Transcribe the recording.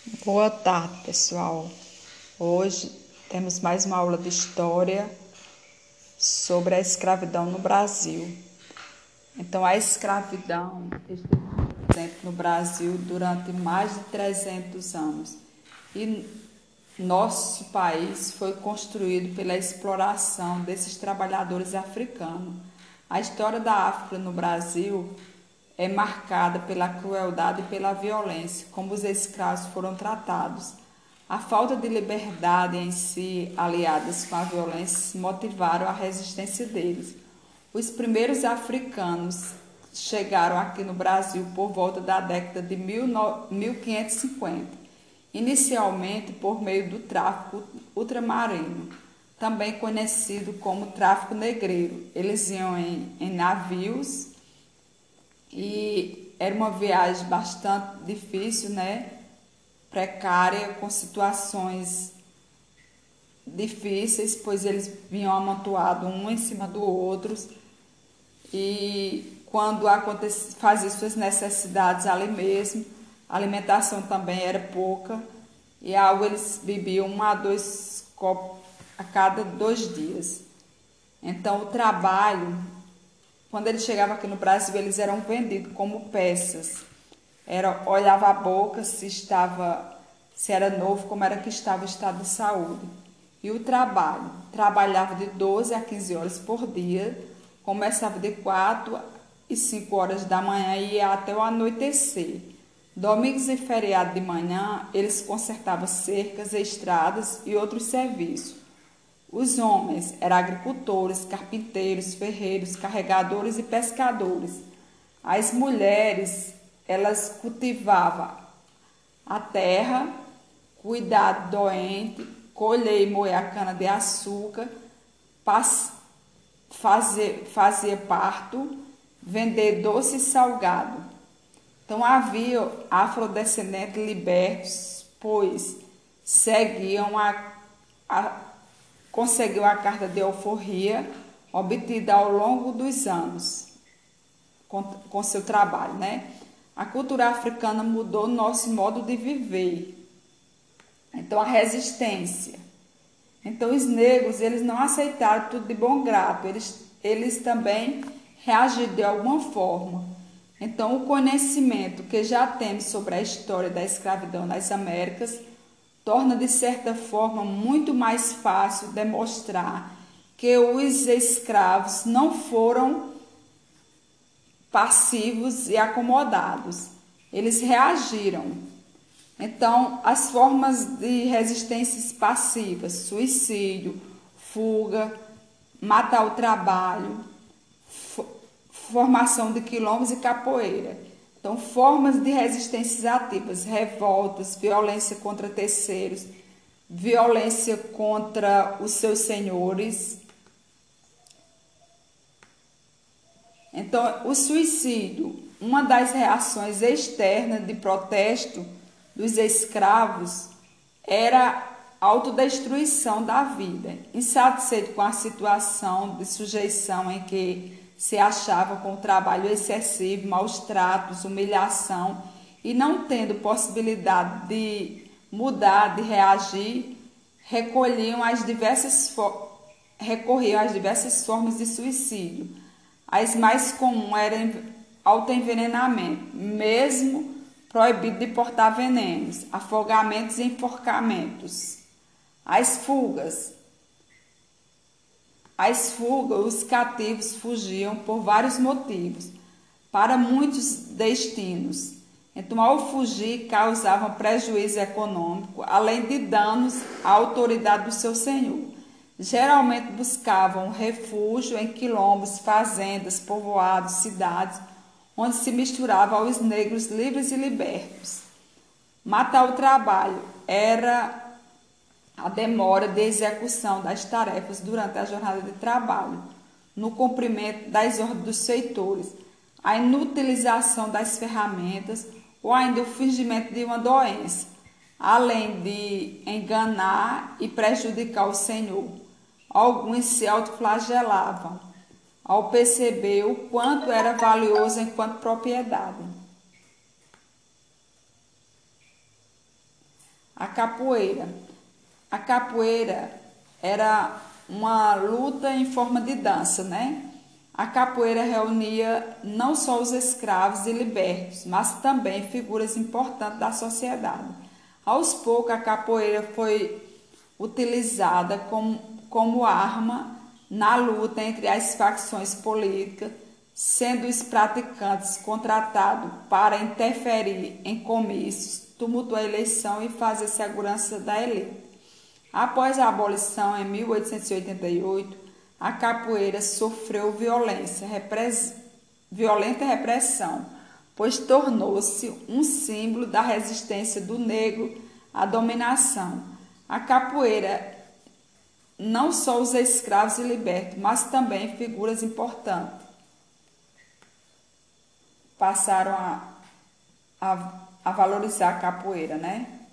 Boa tarde, pessoal. Hoje temos mais uma aula de história sobre a escravidão no Brasil. Então, a escravidão esteve presente no Brasil durante mais de 300 anos e nosso país foi construído pela exploração desses trabalhadores africanos. A história da África no Brasil é marcada pela crueldade e pela violência, como os escravos foram tratados. A falta de liberdade em si, aliadas com a violência, motivaram a resistência deles. Os primeiros africanos chegaram aqui no Brasil por volta da década de 1550, inicialmente por meio do tráfico ultramarino, também conhecido como tráfico negreiro. Eles iam em navios e era uma viagem bastante difícil, né? Precária, com situações difíceis, pois eles vinham amontoados um em cima do outro e quando fazia suas necessidades ali mesmo, a alimentação também era pouca e a água eles bebiam 1 a 2 copos a cada 2 dias. Então o trabalho, quando eles chegavam aqui no Brasil, eles eram vendidos como peças. Olhava a boca se era novo, como era que estava o estado de saúde. E o trabalho, trabalhava de 12 a 15 horas por dia, começava de 4 e 5 horas da manhã e ia até o anoitecer. Domingos e feriado de manhã, eles consertavam cercas, estradas e outros serviços. Os homens eram agricultores, carpinteiros, ferreiros, carregadores e pescadores. As mulheres, elas cultivavam a terra, cuidar do doente, colher e moer a cana-de-açúcar, fazia parto, vender doce e salgado. Então havia afrodescendentes libertos, pois seguiam conseguiu a carta de alforria obtida ao longo dos anos com seu trabalho, né? A cultura africana mudou nosso modo de viver. Então a resistência. Então os negros, eles não aceitaram tudo de bom grado, eles também reagiram de alguma forma. Então o conhecimento que já temos sobre a história da escravidão nas Américas torna de certa forma muito mais fácil demonstrar que os escravos não foram passivos e acomodados. Eles reagiram. Então, as formas de resistências passivas, suicídio, fuga, matar o trabalho, formação de quilombos e capoeira. Então, formas de resistências ativas, revoltas, violência contra terceiros, violência contra os seus senhores. Então, o suicídio, uma das reações externas de protesto dos escravos era a autodestruição da vida, insatisfeito com a situação de sujeição em que se achava com o trabalho excessivo, maus tratos, humilhação e não tendo possibilidade de mudar, de reagir, recorriam às diversas formas de suicídio. As mais comuns eram autoenvenenamento, mesmo proibido de portar venenos, afogamentos e enforcamentos. As fugas. Os cativos fugiam por vários motivos, para muitos destinos. Então, ao fugir, causavam prejuízo econômico, além de danos à autoridade do seu senhor. Geralmente buscavam refúgio em quilombos, fazendas, povoados, cidades, onde se misturava aos negros livres e libertos. Matar o trabalho era a demora de execução das tarefas durante a jornada de trabalho, no cumprimento das ordens dos feitores, a inutilização das ferramentas ou ainda o fingimento de uma doença, além de enganar e prejudicar o senhor. Alguns se autoflagelavam ao perceber o quanto era valioso enquanto propriedade. A capoeira. A capoeira era uma luta em forma de dança, né? A capoeira reunia não só os escravos e libertos, mas também figuras importantes da sociedade. Aos poucos, a capoeira foi utilizada como arma na luta entre as facções políticas, sendo os praticantes contratados para interferir em comícios, tumultuar a eleição e fazer segurança da elite. Após a abolição em 1888, a capoeira sofreu violenta repressão, pois tornou-se um símbolo da resistência do negro à dominação. A capoeira não só os escravos e libertos, mas também figuras importantes passaram a valorizar a capoeira, né?